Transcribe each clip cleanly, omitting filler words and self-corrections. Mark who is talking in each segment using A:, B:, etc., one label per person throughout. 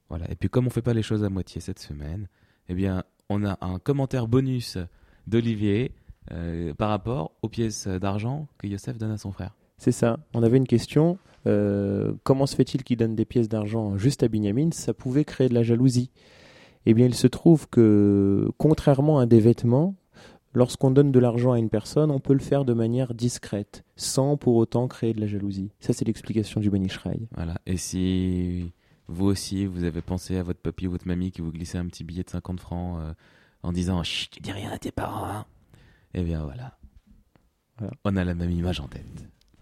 A: Voilà. Et puis comme on fait pas les choses à moitié cette semaine, eh bien, on a un commentaire bonus d'Olivier par rapport aux pièces d'argent que Yosef donne à son frère.
B: C'est ça. On avait une question. Comment se fait-il qu'il donne des pièces d'argent juste à Binyamin? Ça pouvait créer de la jalousie. Eh bien, il se trouve que, contrairement à des vêtements, lorsqu'on donne de l'argent à une personne, on peut le faire de manière discrète, sans pour autant créer de la jalousie. Ça, c'est l'explication du Ben Ishraï.
A: Voilà. Et si vous aussi, vous avez pensé à votre papy ou votre mamie qui vous glissait un petit billet de 50 francs en disant chut, tu dis rien à tes parents, hein. Eh bien voilà.
B: Voilà.
A: On a la même image en tête.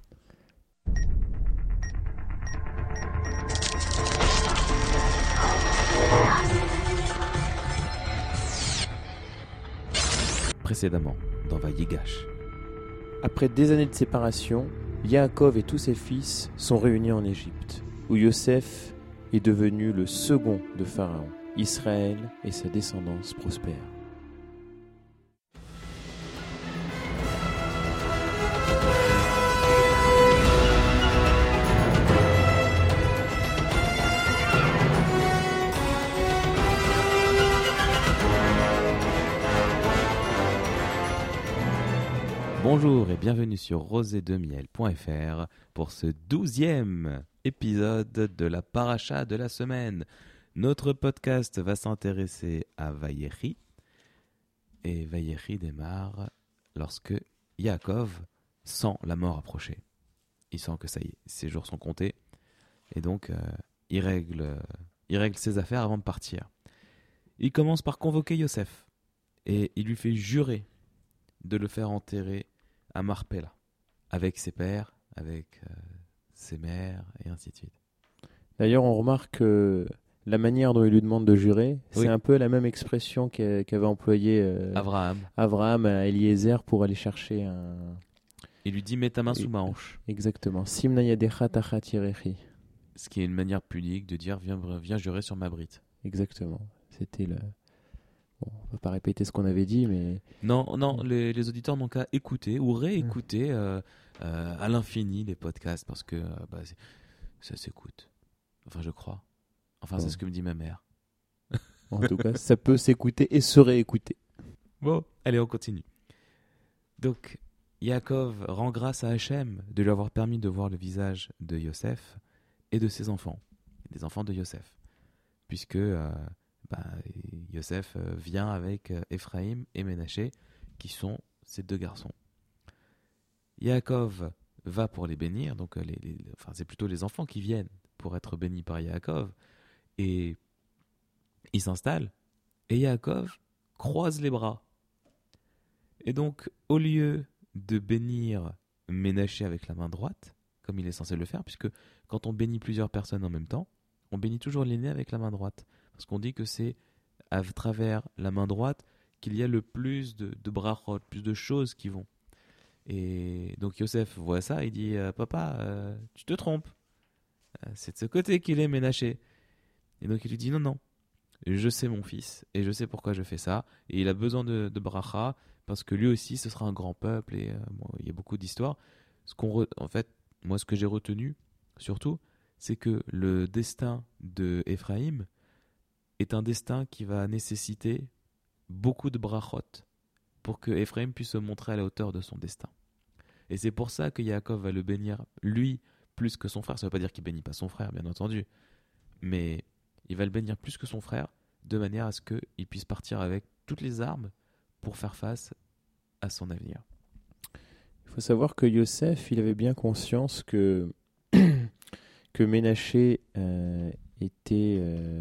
A: Précédemment, dans Vayigash.
B: Après des années de séparation, Yaakov et tous ses fils sont réunis en Égypte, où Yosef est devenu le second de Pharaon. Israël et sa descendance prospèrent.
A: Bonjour et bienvenue sur rosédemiel.fr pour ce 12e épisode de la paracha de la semaine. Notre podcast va s'intéresser à Vayechi. Et Vayechi démarre lorsque Yaakov sent la mort approcher. Il sent que ça y est, ses jours sont comptés. Et donc, il règle ses affaires avant de partir. Il commence par convoquer Yosef. Et il lui fait jurer de le faire enterrer à Marpella, avec ses pères, avec ses mères, et ainsi de suite.
B: D'ailleurs, on remarque que la manière dont il lui demande de jurer,
A: Oui.
B: c'est un peu la même expression qu'avait employée Abraham à Eliezer pour aller chercher un...
A: Il lui dit « mets ta main sous ma hanche ».
B: Exactement. Simna yadecha tachat yirechi.
A: Ce qui est une manière pudique de dire « viens jurer sur ma brite ».
B: Exactement. C'était le... Bon, on ne va pas répéter ce qu'on avait dit, mais...
A: Non, les auditeurs n'ont qu'à écouter ou réécouter à l'infini les podcasts parce que ça s'écoute. Enfin, je crois. Enfin, c'est ce que me dit ma mère.
B: En tout cas, ça peut s'écouter et se réécouter.
A: Bon, allez, on continue. Donc, Yaakov rend grâce à Hachem de lui avoir permis de voir le visage de Yosef et de ses enfants, des enfants de Yosef, puisque Yosef vient avec Ephraïm et Ménaché, qui sont ses deux garçons. Yaakov va pour les bénir, donc c'est plutôt les enfants qui viennent pour être bénis par Yaakov, et il s'installe, et Yaakov croise les bras. Et donc, au lieu de bénir Ménaché avec la main droite, comme il est censé le faire, puisque quand on bénit plusieurs personnes en même temps, on bénit toujours l'aîné avec la main droite. Parce qu'on dit que c'est à travers la main droite qu'il y a le plus de brachot, plus de choses qui vont. Et donc Yosef voit ça, il dit Papa, tu te trompes. C'est de ce côté qu'il est Ménaché. Et donc il lui dit non, je sais mon fils, et je sais pourquoi je fais ça. Et il a besoin de bracha, parce que lui aussi ce sera un grand peuple, et il y a beaucoup d'histoires. En fait, moi ce que j'ai retenu, surtout, c'est que le destin de Ephraïm est un destin qui va nécessiter beaucoup de brachot pour que Ephraïm puisse se montrer à la hauteur de son destin. Et c'est pour ça que Yaakov va le bénir, lui, plus que son frère. Ça ne veut pas dire qu'il bénit pas son frère, bien entendu, mais il va le bénir plus que son frère, de manière à ce qu'il puisse partir avec toutes les armes pour faire face à son avenir.
B: Il faut savoir que Yosef, il avait bien conscience que Ménaché était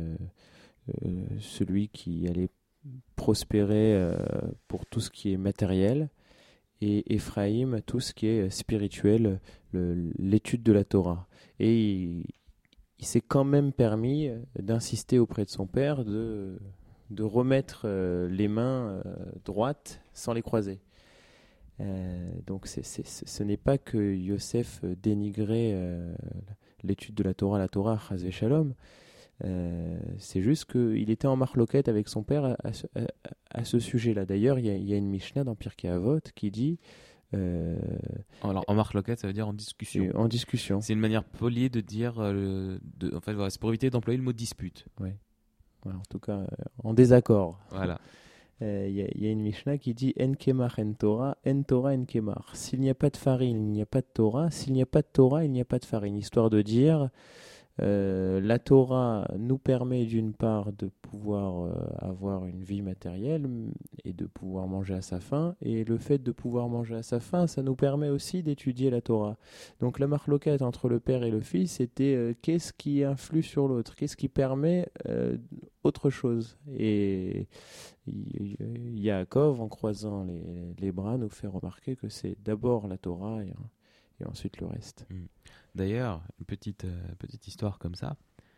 B: celui qui allait prospérer pour tout ce qui est matériel, et Ephraïm, tout ce qui est spirituel, l'étude de la Torah. Et il s'est quand même permis d'insister auprès de son père de remettre les mains droites sans les croiser. Donc ce n'est pas que Yosef dénigrait l'étude de la Torah, chas v'shalom. C'est juste qu'il était en marloquette avec son père à ce sujet-là. D'ailleurs, il y a une Mishnah dans Pirkei Avot qui dit
A: Alors, en marloquette, ça veut dire en discussion.
B: en discussion.
A: C'est une manière polie de dire. En fait, voilà, c'est pour éviter d'employer le mot dispute.
B: Ouais. Voilà, en tout cas, en désaccord.
A: Voilà.
B: Il y a une Mishnah qui dit En kemar en Torah, en Torah en kemar. S'il n'y a pas de farine, il n'y a pas de Torah. S'il n'y a pas de Torah, il n'y a pas de farine. Histoire de dire, la Torah nous permet d'une part de pouvoir avoir une vie matérielle et de pouvoir manger à sa faim. Et le fait de pouvoir manger à sa faim, ça nous permet aussi d'étudier la Torah. Donc la marloquette entre le père et le fils, c'était qu'est-ce qui influe sur l'autre, qu'est-ce qui permet autre chose. Et Yaakov, en croisant les bras, nous fait remarquer que c'est d'abord la Torah et ensuite le reste.
A: D'ailleurs, une petite histoire comme ça.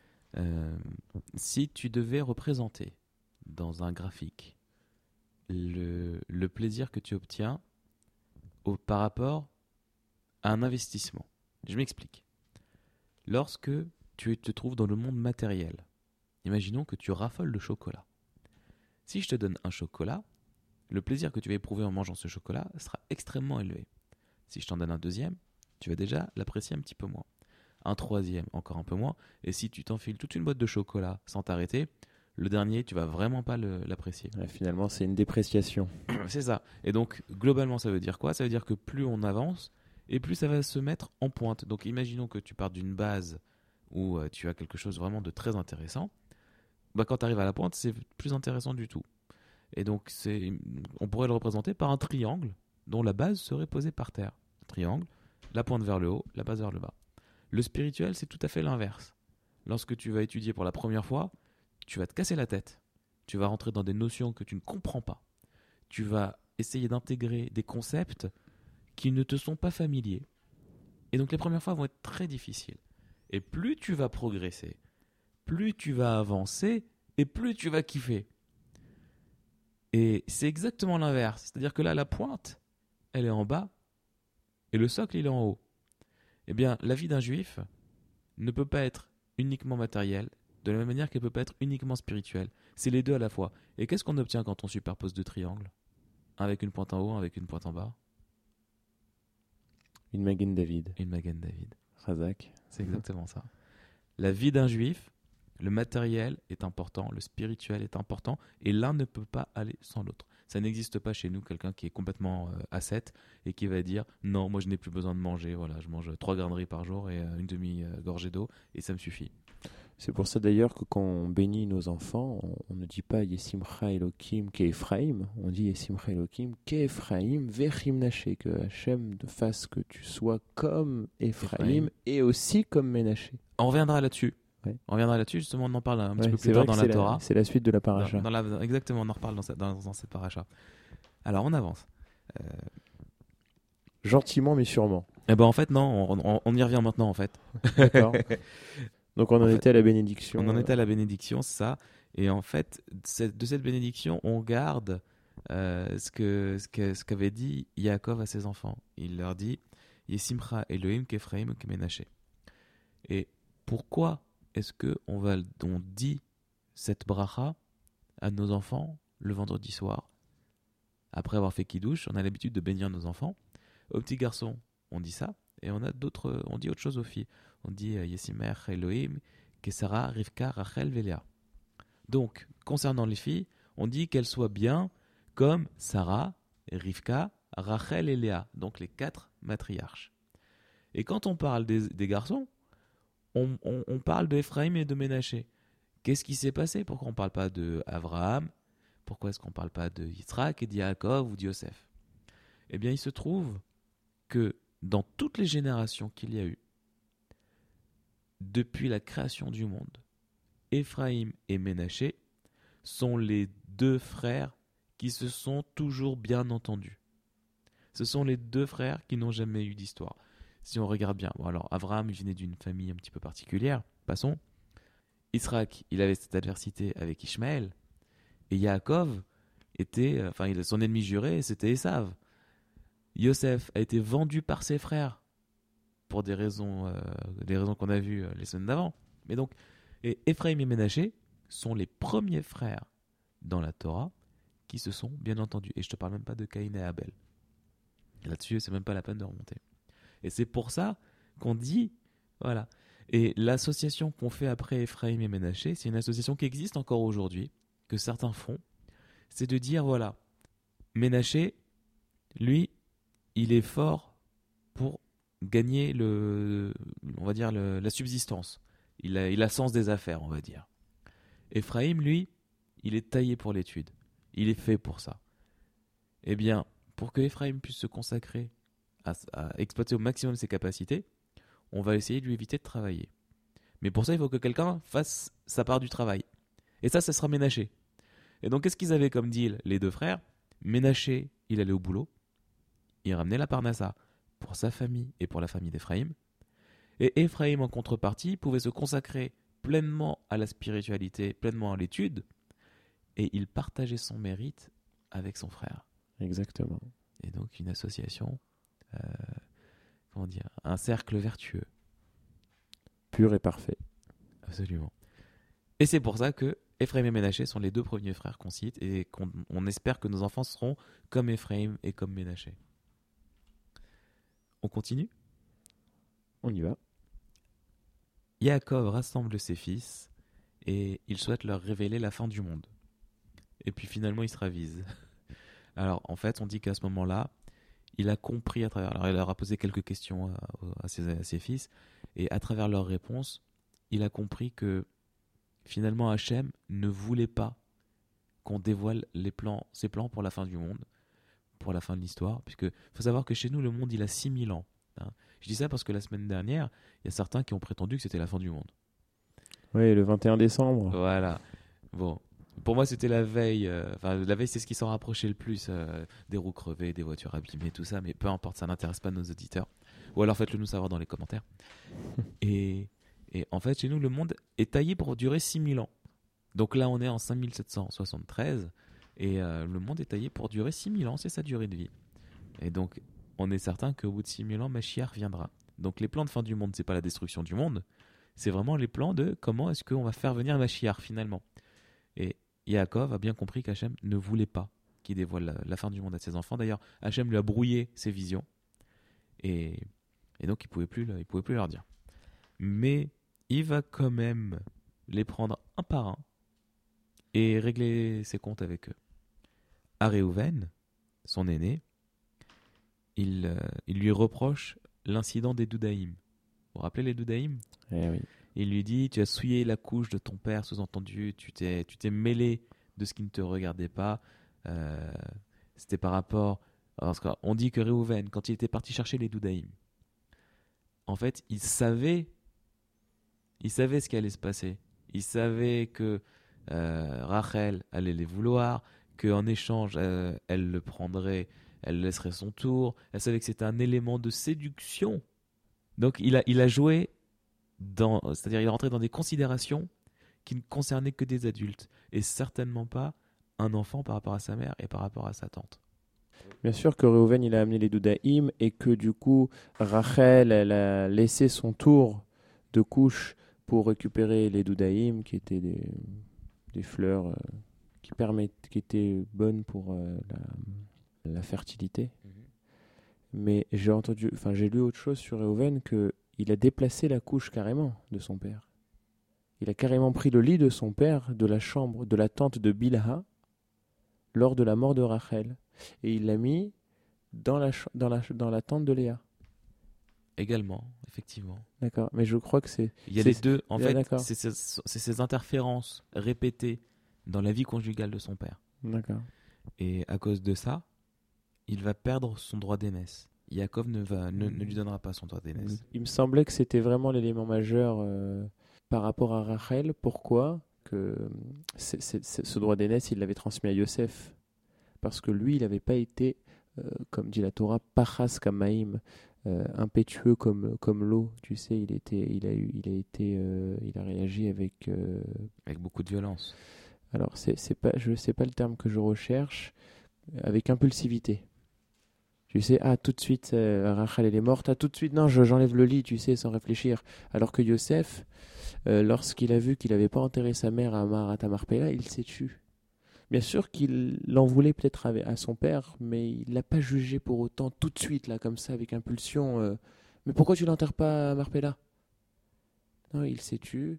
A: Si tu devais représenter dans un graphique le plaisir que tu obtiens par rapport à un investissement, je m'explique. Lorsque tu te trouves dans le monde matériel, imaginons que tu raffoles de chocolat. Si je te donne un chocolat, le plaisir que tu vas éprouver en mangeant ce chocolat sera extrêmement élevé. Si je t'en donne un deuxième, tu vas déjà l'apprécier un petit peu moins. Un troisième, encore un peu moins. Et si tu t'enfiles toute une boîte de chocolat sans t'arrêter, le dernier, tu vas vraiment pas l'apprécier.
B: Ouais, finalement, c'est une dépréciation.
A: C'est ça. Et donc, globalement, ça veut dire quoi ? Ça veut dire que plus on avance, et plus ça va se mettre en pointe. Donc, imaginons que tu pars d'une base où tu as quelque chose vraiment de très intéressant. Quand tu arrives à la pointe, c'est plus intéressant du tout. Et donc, on pourrait le représenter par un triangle dont la base serait posée par terre. Triangle, la pointe vers le haut, la base vers le bas. Le spirituel, c'est tout à fait l'inverse. Lorsque tu vas étudier pour la première fois, tu vas te casser la tête. Tu vas rentrer dans des notions que tu ne comprends pas. Tu vas essayer d'intégrer des concepts qui ne te sont pas familiers. Et donc les premières fois vont être très difficiles. Et plus tu vas progresser, plus tu vas avancer et plus tu vas kiffer. Et c'est exactement l'inverse. C'est-à-dire que là, la pointe, elle est en bas et le socle, il est en haut. Eh bien, la vie d'un juif ne peut pas être uniquement matérielle, de la même manière qu'elle ne peut pas être uniquement spirituelle. C'est les deux à la fois. Et qu'est-ce qu'on obtient quand on superpose deux triangles ? Un avec une pointe en haut, un avec une pointe en bas ?
B: Une Magen David.
A: Une Magen David.
B: Razak.
A: C'est exactement ça. La vie d'un juif, le matériel est important, le spirituel est important, et l'un ne peut pas aller sans l'autre. Ça n'existe pas chez nous quelqu'un qui est complètement ascète et qui va dire non, moi je n'ai plus besoin de manger, voilà, je mange 3 grains de riz par jour et une demi-gorgée d'eau et ça me suffit.
B: C'est pour ça d'ailleurs que quand on bénit nos enfants, on ne dit pas Yesimcha Elokim Ke'Ephraim, on dit Yesimcha Elokim Ke'Ephraim Vechim Naché, que Hachem te fasse que tu sois comme Ephraim et aussi comme Ménaché.
A: On reviendra là-dessus.
B: Ouais.
A: On reviendra là-dessus, justement, on en parle un petit peu plus tard dans la Torah.
B: C'est la suite de la paracha.
A: Exactement, on en reparle dans cette paracha. Alors, on avance.
B: Gentiment, mais sûrement.
A: Eh ben, en fait, non, on y revient maintenant, en fait.
B: D'accord. Donc, on en était à la bénédiction.
A: On en était à la bénédiction, c'est ça. Et en fait, de cette bénédiction, on garde ce qu'avait dit Yaakov à ses enfants. Il leur dit Yesimcha Elohim Kephraim Kemenaché. Et pourquoi est-ce qu'on dit cette bracha à nos enfants le vendredi soir ? Après avoir fait Kiddush, on a l'habitude de bénir nos enfants. Aux petits garçons, on dit ça. Et on dit autre chose aux filles. On dit Yesimer Elohim Kesara Rivka Rachel Véléa. Donc, concernant les filles, on dit qu'elles soient bien comme Sarah, Rivka, Rachel et Léa. Donc les 4 matriarches. Et quand on parle des garçons, on parle de Ephraim et de Ménaché. Qu'est-ce qui s'est passé ? Pourquoi on ne parle pas de Abraham ? Pourquoi est-ce qu'on ne parle pas de Yitzhak et de Yaakov ou de Yosef ? Eh bien, il se trouve que dans toutes les générations qu'il y a eu, depuis la création du monde, Ephraim et Ménaché sont les 2 frères qui se sont toujours bien entendus. Ce sont les 2 frères qui n'ont jamais eu d'histoire. Si on regarde bien, bon alors Abraham il venait d'une famille un petit peu particulière, passons. Yitzhak, il avait cette adversité avec Ishmaël, et Yaakov son ennemi juré, c'était Esav. Yosef a été vendu par ses frères pour des raisons qu'on a vues les semaines d'avant. Mais donc, et Ephraim et Ménaché sont les premiers frères dans la Torah qui se sont bien entendus. Et je te parle même pas de Caïn et Abel. Là-dessus, c'est même pas la peine de remonter. Et c'est pour ça qu'on dit, voilà. Et l'association qu'on fait après Ephraim et Ménaché, c'est une association qui existe encore aujourd'hui, que certains font. C'est de dire, voilà, Ménaché, lui, il est fort pour gagner on va dire la subsistance. Il a sens des affaires, on va dire. Ephraim, lui, il est taillé pour l'étude. Il est fait pour ça. Eh bien, pour que Ephraim puisse se consacrer à exploiter au maximum ses capacités, on va essayer de lui éviter de travailler. Mais pour ça, il faut que quelqu'un fasse sa part du travail. Et ça sera Ménaché. Et donc, qu'est-ce qu'ils avaient comme deal, les deux frères? Ménaché, il allait au boulot, il ramenait la parnassa pour sa famille et pour la famille d'Ephraim. Et Ephraim, en contrepartie, pouvait se consacrer pleinement à la spiritualité, pleinement à l'étude, et il partageait son mérite avec son frère.
B: Exactement.
A: Et donc, une association, comment dire, un cercle vertueux.
B: Pur et parfait.
A: Absolument. Et c'est pour ça que Ephraim et Ménaché sont les deux premiers frères qu'on cite et on espère que nos enfants seront comme Ephraim et comme Ménaché. On continue ?
B: On y va.
A: Yaakov rassemble ses fils et il souhaite leur révéler la fin du monde. Et puis finalement, il se ravise. Alors, en fait, on dit qu'à ce moment-là, il a compris à travers... Alors, il leur a posé quelques questions à ses fils et à travers leurs réponses, il a compris que finalement, Hachem ne voulait pas qu'on dévoile ses plans pour la fin du monde, pour la fin de l'histoire, puisque faut savoir que chez nous, le monde, il a 6000 ans. Hein. Je dis ça parce que la semaine dernière, il y a certains qui ont prétendu que c'était la fin du monde.
B: Oui, le 21 décembre.
A: Voilà. Bon. Pour moi, c'était la veille. La veille, c'est ce qui s'en rapprochait le plus. Des roues crevées, des voitures abîmées, tout ça. Mais peu importe, ça n'intéresse pas nos auditeurs. Ou alors faites-le nous savoir dans les commentaires. Et en fait, chez nous, le monde est taillé pour durer 6000 ans. Donc là, on est en 5773. Et le monde est taillé pour durer 6000 ans. C'est sa durée de vie. Et donc, on est certain qu'au bout de 6000 ans, Mashiach viendra. Donc les plans de fin du monde, c'est pas la destruction du monde. C'est vraiment les plans de comment est-ce qu'on va faire venir Mashiach finalement. Et Yaakov a bien compris qu'Hachem ne voulait pas qu'il dévoile la fin du monde à ses enfants. D'ailleurs, Hachem lui a brouillé ses visions. Et donc, il pouvait plus leur dire. Mais il va quand même les prendre un par un et régler ses comptes avec eux. À Réhouven, son aîné, il lui reproche l'incident des Doudaïm. Vous vous rappelez les Doudaïm ?
B: Eh oui.
A: Il lui dit, tu as souillé la couche de ton père, sous-entendu, tu t'es mêlé de ce qui ne te regardait pas. C'était par rapport... Parce qu'on dit que Réhouven, quand il était parti chercher les Doudaïm, en fait, il savait ce qui allait se passer. Il savait que Rachel allait les vouloir, qu'en échange, elle le prendrait, elle laisserait son tour. Elle savait que c'était un élément de séduction. Donc, il a joué... c'est-à-dire il est rentré dans des considérations qui ne concernaient que des adultes et certainement pas un enfant par rapport à sa mère et par rapport à sa tante.
B: Bien sûr que Réhouven, il a amené les Doudaïm et que du coup, Rachel, elle a laissé son tour de couche pour récupérer les Doudaïm qui étaient des fleurs qui étaient bonnes pour la fertilité. Mais j'ai lu autre chose sur Réhouven qu'il a déplacé la couche carrément de son père. Il a carrément pris le lit de son père de la chambre de la tante de Bilha lors de la mort de Rachel et il l'a mis dans la tente de Léa.
A: Également, effectivement.
B: D'accord, mais je crois que
A: il y a les deux. En fait,
B: d'accord.
A: c'est ces interférences répétées dans la vie conjugale de son père.
B: D'accord.
A: Et à cause de ça, il va perdre son droit d'aînesse. Yaakov ne lui donnera pas son droit d'aînesse.
B: Il me semblait que c'était vraiment l'élément majeur par rapport à Rachel. Pourquoi que ce droit d'aînesse, il l'avait transmis à Yosef. Parce que lui, il n'avait pas été, comme dit la Torah, pachas kamaim, impétueux comme l'eau. Tu sais, il a réagi avec
A: beaucoup de violence.
B: Alors, c'est pas le terme que je recherche, avec impulsivité. Tu sais, tout de suite, Rachel, elle est morte. Tout de suite, non, j'enlève le lit, tu sais, sans réfléchir. Alors que Yosef, lorsqu'il a vu qu'il n'avait pas enterré sa mère à Marat Amarpéla, il s'est tu. Bien sûr qu'il l'en voulait peut-être à son père, mais il l'a pas jugé pour autant tout de suite, là, comme ça, avec impulsion. Mais pourquoi tu l'enterres pas à Marpella? Non, il s'est tué.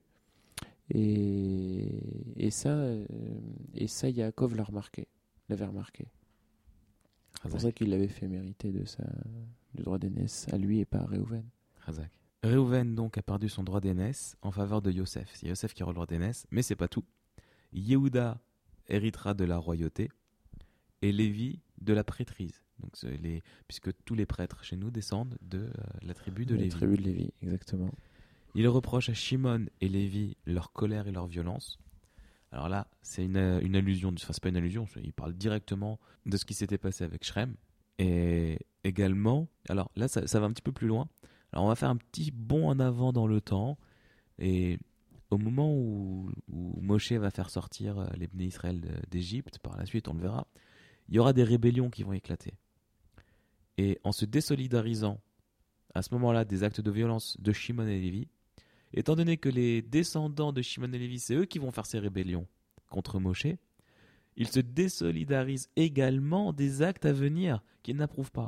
B: Et ça, Yaakov l'avait remarqué. C'est pour ça qu'il l'avait fait mériter du droit d'aînesse à lui et pas à Réhouven.
A: Razak. Réhouven donc a perdu son droit d'aînesse en faveur de Yosef. C'est Yosef qui aura le droit d'aînesse, mais c'est pas tout. Yehuda héritera de la royauté et Lévi de la prêtrise. Donc puisque tous les prêtres chez nous descendent de la tribu de Lévi.
B: La tribu de Lévi, exactement.
A: Il reproche à Shimon et Lévi leur colère et leur violence. Alors là, c'est une allusion, enfin c'est pas une allusion, il parle directement de ce qui s'était passé avec Shrem. Et également, alors là ça va un petit peu plus loin. Alors on va faire un petit bond en avant dans le temps. Et au moment où Moshe va faire sortir les Bnei Israël d'Égypte, par la suite on le verra, il y aura des rébellions qui vont éclater. Et en se désolidarisant à ce moment-là des actes de violence de Shimon et Lévi, étant donné que les descendants de Shimon et Lévi, c'est eux qui vont faire ces rébellions contre Moshe, ils se désolidarisent également des actes à venir qu'ils n'approuvent pas.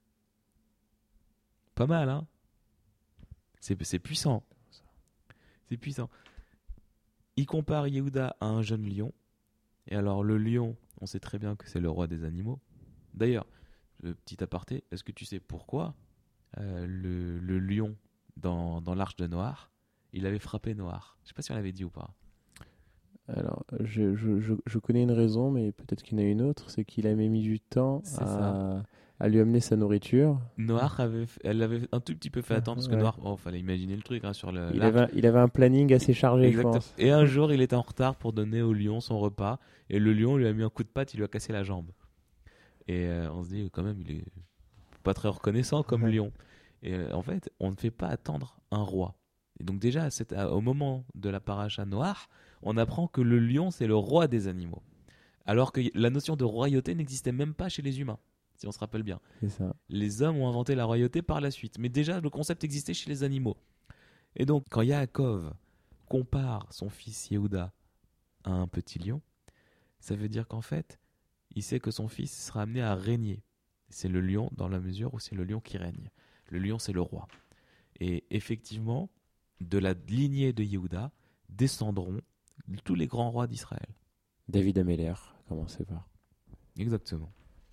A: Pas mal, hein? C'est puissant. C'est puissant. Il compare Yehuda à un jeune lion. Et alors, le lion, on sait très bien que c'est le roi des animaux. D'ailleurs, petit aparté, est-ce que tu sais pourquoi le lion dans l'Arche de Noir, il avait frappé Noir? Je ne sais pas si on l'avait dit ou pas.
B: Alors, je connais une raison, mais peut-être qu'il y en a une autre, c'est qu'il avait mis du temps à lui amener sa nourriture.
A: Noir elle avait un tout petit peu fait attendre, parce que Noir, fallait imaginer le truc sur le.
B: Il avait un planning assez chargé,
A: exactement.
B: Je pense.
A: Et un jour, il était en retard pour donner au lion son repas, et le lion lui a mis un coup de patte, il lui a cassé la jambe. Et on se dit, quand même, il est pas très reconnaissant comme lion. Et en fait, on ne fait pas attendre un roi. Et donc déjà, au moment de la paracha Noir, on apprend que le lion, c'est le roi des animaux. Alors que la notion de royauté n'existait même pas chez les humains, si on se rappelle bien.
B: C'est ça.
A: Les hommes ont inventé la royauté par la suite. Mais déjà, le concept existait chez les animaux. Et donc, quand Yaakov compare son fils Yehuda à un petit lion, ça veut dire qu'en fait, il sait que son fils sera amené à régner. C'est le lion dans la mesure où c'est le lion qui règne. Le lion, c'est le roi. Et effectivement, de la lignée de Yehuda descendront tous les grands rois d'Israël.
B: David Améler, commencez par.
A: Exactement.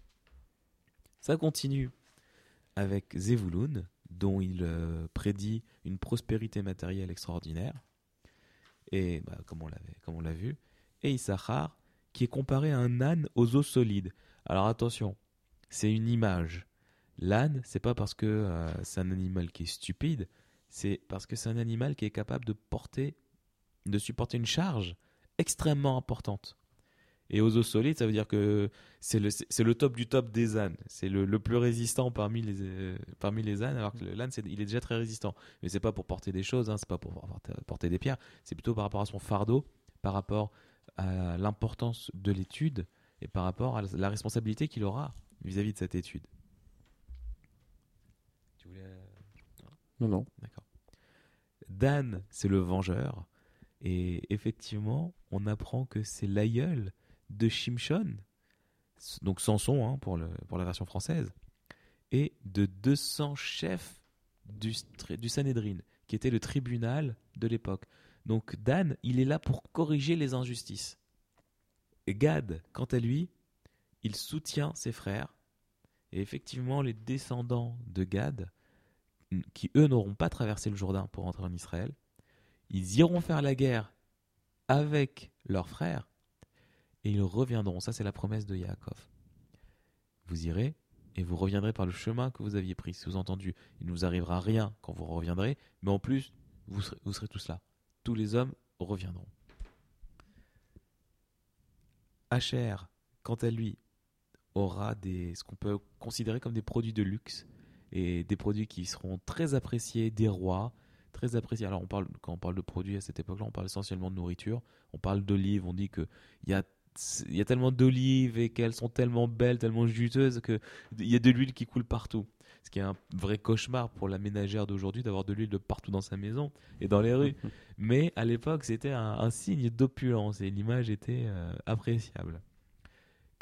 A: Ça continue avec Zevouloun, dont il prédit une prospérité matérielle extraordinaire, et comme on l'a vu, et Issachar, qui est comparé à un âne aux os solides. Alors attention, c'est une image. L'âne, c'est pas parce que c'est un animal qui est stupide, c'est parce que c'est un animal qui est capable de supporter une charge extrêmement importante. Et aux os solides, ça veut dire que c'est le top du top des ânes. C'est le plus résistant parmi les ânes, alors que l'âne, il est déjà très résistant. Mais c'est pas pour porter des choses, c'est pas pour porter des pierres, c'est plutôt par rapport à son fardeau, par rapport à l'importance de l'étude et par rapport à la responsabilité qu'il aura vis-à-vis de cette étude. Tu voulais...
B: Non.
A: D'accord. Dan, c'est le vengeur. Et effectivement, on apprend que c'est l'aïeul de Shimshon, donc Samson pour la version française, et de 200 chefs du Sanhédrin, qui était le tribunal de l'époque. Donc Dan, il est là pour corriger les injustices. Et Gad, quant à lui, il soutient ses frères. Et effectivement, les descendants de Gad, qui eux n'auront pas traversé le Jourdain pour entrer en Israël, ils iront faire la guerre avec leurs frères et ils reviendront. Ça, c'est la promesse de Yaakov. Vous irez et vous reviendrez par le chemin que vous aviez pris. Sous-entendu, il ne vous arrivera rien quand vous reviendrez, mais en plus, vous serez tous là. Tous les hommes reviendront. Asher, quant à lui, aura ce qu'on peut considérer comme des produits de luxe et des produits qui seront très appréciés des rois, très appréciés. Alors quand on parle de produits à cette époque-là, on parle essentiellement de nourriture. On parle d'olives, on dit qu'il y a tellement d'olives et qu'elles sont tellement belles, tellement juteuses qu'il y a de l'huile qui coule partout. Ce qui est un vrai cauchemar pour la ménagère d'aujourd'hui d'avoir de l'huile de partout dans sa maison et dans les rues. Mais à l'époque, c'était un signe d'opulence et l'image était appréciable.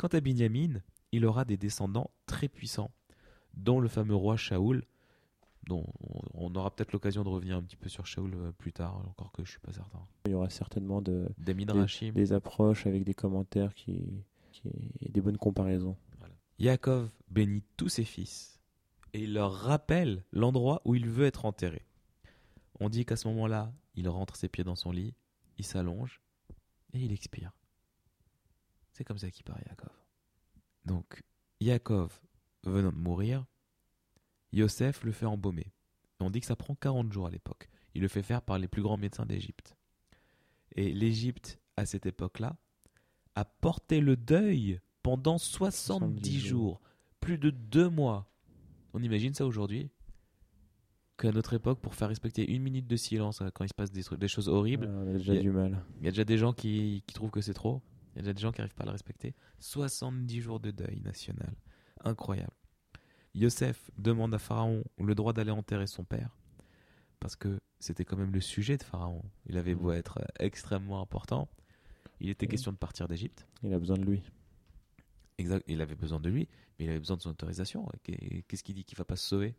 A: Quant à Binyamin, il aura des descendants très puissants, dont le fameux roi Shaoul, dont on aura peut-être l'occasion de revenir un petit peu sur Shaoul plus tard, encore que je suis pas certain.
B: Il y aura certainement
A: Des Midrashim.
B: des approches avec des commentaires et des bonnes comparaisons.
A: Voilà. Yaakov bénit tous ses fils et il leur rappelle l'endroit où il veut être enterré. On dit qu'à ce moment-là, il rentre ses pieds dans son lit, il s'allonge et il expire. C'est comme ça qu'il part, Yaakov. Donc, Yaakov venant de mourir, Yosef le fait embaumer. On dit que ça prend 40 jours à l'époque. Il le fait faire par les plus grands médecins d'Égypte. Et l'Égypte, à cette époque-là, a porté le deuil pendant 70 jours. Plus de 2 mois. On imagine ça aujourd'hui? Qu'à notre époque, pour faire respecter 1 minute de silence quand il se passe des choses horribles,
B: on a déjà du mal.
A: Il y a déjà des gens qui trouvent que c'est trop. Il y a déjà des gens qui n'arrivent pas à le respecter. 70 jours de deuil national. Incroyable. Yosef demande à Pharaon le droit d'aller enterrer son père. Parce que c'était quand même le sujet de Pharaon. Il avait beau être extrêmement important. Il était question de partir d'Égypte.
B: Il a besoin de lui.
A: Exact. Il avait besoin de lui, mais il avait besoin de son autorisation. Qu'est-ce qu'il dit qu'il ne va pas se sauver?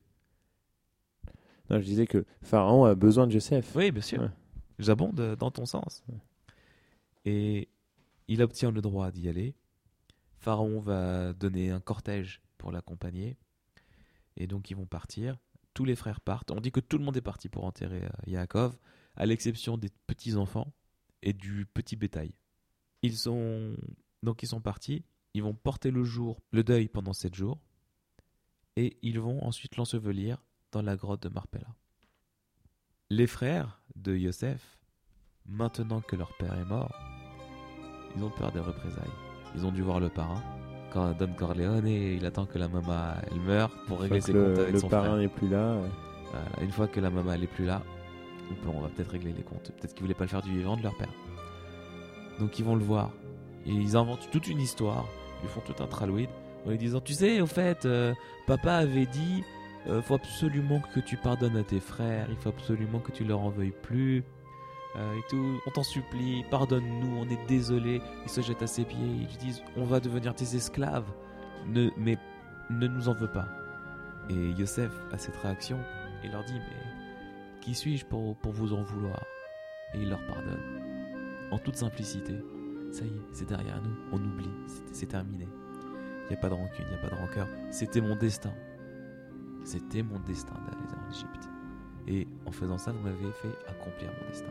B: Non, je disais que Pharaon a besoin de Joseph.
A: Oui, bien sûr. Ouais. J'abonde dans ton sens. Ouais. Et il obtient le droit d'y aller. Pharaon va donner un cortège pour l'accompagner. Et donc ils vont partir. Tous les frères partent. On dit que tout le monde est parti pour enterrer Yaakov, à l'exception des petits-enfants et du petit bétail. Ils sont partis. Ils vont porter le deuil pendant 7 jours. Et ils vont ensuite l'ensevelir dans la grotte de Marpella. Les frères de Yosef, maintenant que leur père est mort, ils ont peur des représailles. Ils ont dû voir le parrain. Quand Don Corleone, il attend que la maman elle meure pour régler ses comptes avec son frère.
B: Le parrain n'est plus là.
A: Voilà. Une fois que la maman elle est plus là, on va peut-être régler les comptes. Peut-être qu'ils voulaient pas le faire du vivant de leur père. Donc ils vont le voir. Et ils inventent toute une histoire. Ils font tout un tralouide en lui disant, tu sais, au fait, papa avait dit, faut absolument que tu pardonnes à tes frères. Il faut absolument que tu leur en veuilles plus. Et tout, on t'en supplie, pardonne-nous, on est désolé. Ils se jettent à ses pieds, ils lui disent, on va devenir tes esclaves, mais ne nous en veux pas. Et Yosef a cette réaction, il leur dit, mais qui suis-je pour vous en vouloir? Et il leur pardonne, en toute simplicité. Ça y est, c'est derrière nous, on oublie, c'est terminé. Il n'y a pas de rancune, il n'y a pas de rancœur, c'était mon destin. C'était mon destin d'aller en Égypte. Et en faisant ça, vous m'avez fait accomplir mon destin.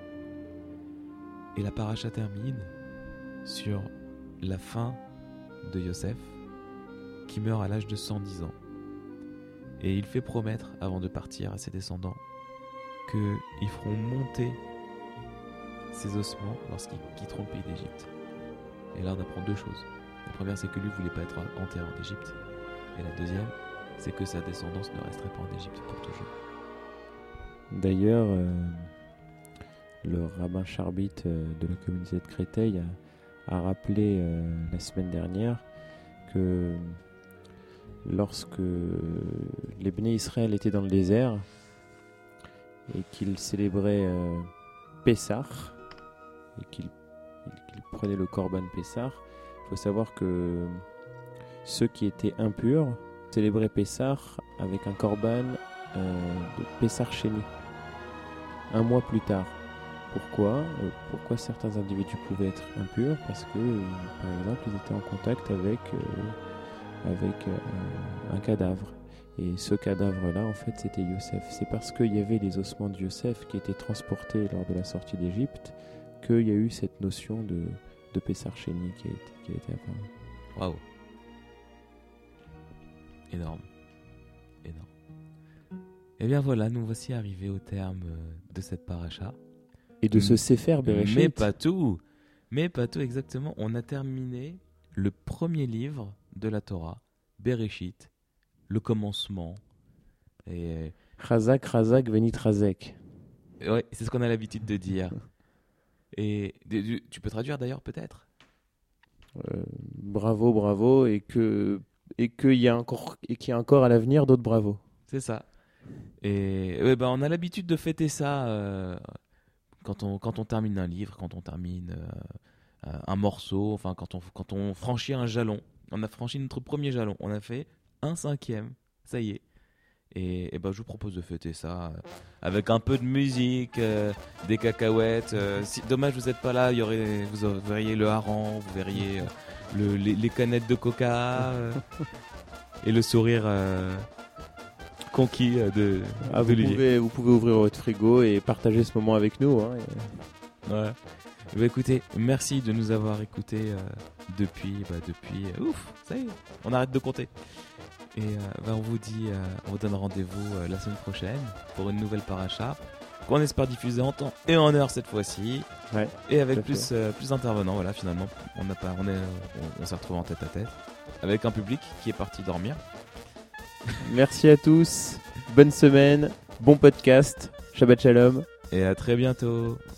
A: Et la paracha termine sur la fin de Yosef, qui meurt à l'âge de 110 ans. Et il fait promettre, avant de partir à ses descendants, qu'ils feront monter ses ossements lorsqu'ils quitteront le pays d'Égypte. Et là, on apprend 2 choses. La première, c'est que lui ne voulait pas être enterré en Égypte. Et la deuxième, c'est que sa descendance ne resterait pas en Égypte pour toujours.
B: D'ailleurs, le rabbin Charbit de la communauté de Créteil a rappelé la semaine dernière que lorsque les Béné Israël étaient dans le désert et qu'ils célébraient Pessah et qu'ils prenaient le Korban Pessah, il faut savoir que ceux qui étaient impurs célébraient Pessah avec un Korban de Pessah Sheni, 1 mois plus tard. Pourquoi certains individus pouvaient être impurs? Parce que, par exemple, ils étaient en contact avec un cadavre. Et ce cadavre-là, en fait, c'était Yosef. C'est parce qu'il y avait les ossements de Yosef qui étaient transportés lors de la sortie d'Égypte qu'il y a eu cette notion de Pessah Sheni qui a été apparue.
A: Waouh! Énorme. Et bien voilà, nous voici arrivés au terme de cette paracha.
B: Et de ce Sefer Bereshit.
A: Mais pas tout exactement. On a terminé le premier livre de la Torah, Bereshit, le commencement. Et
B: Chazak, Venit Razek.
A: Ouais, c'est ce qu'on a l'habitude de dire. Et tu peux traduire d'ailleurs peut-être?
B: Bravo, et qu'il y a encore à l'avenir d'autres bravos.
A: C'est ça. Et on a l'habitude de fêter ça quand on termine un livre, quand on termine un morceau, enfin quand on franchit un jalon. On a franchi notre premier jalon, on a fait un 5e, ça y est. Et ben, je vous propose de fêter ça avec un peu de musique, des cacahuètes. Dommage vous n'êtes pas là, vous verriez le hareng, vous verriez les canettes de coca et le sourire conquis d'Olivier.
B: Vous pouvez ouvrir votre frigo et partager ce moment avec nous. Hein,
A: Ouais. Bah, écoutez, merci de nous avoir écoutés depuis ouf, ça y est, on arrête de compter. Et on vous donne rendez-vous la semaine prochaine pour une nouvelle paracha qu'on espère diffuser en temps et en heure cette fois-ci.
B: Ouais,
A: et avec plus d'intervenants. Voilà, finalement, on s'est retrouvés en tête à tête avec un public qui est parti dormir.
B: Merci à tous, bonne semaine, bon podcast, Shabbat Shalom.
A: Et à très bientôt.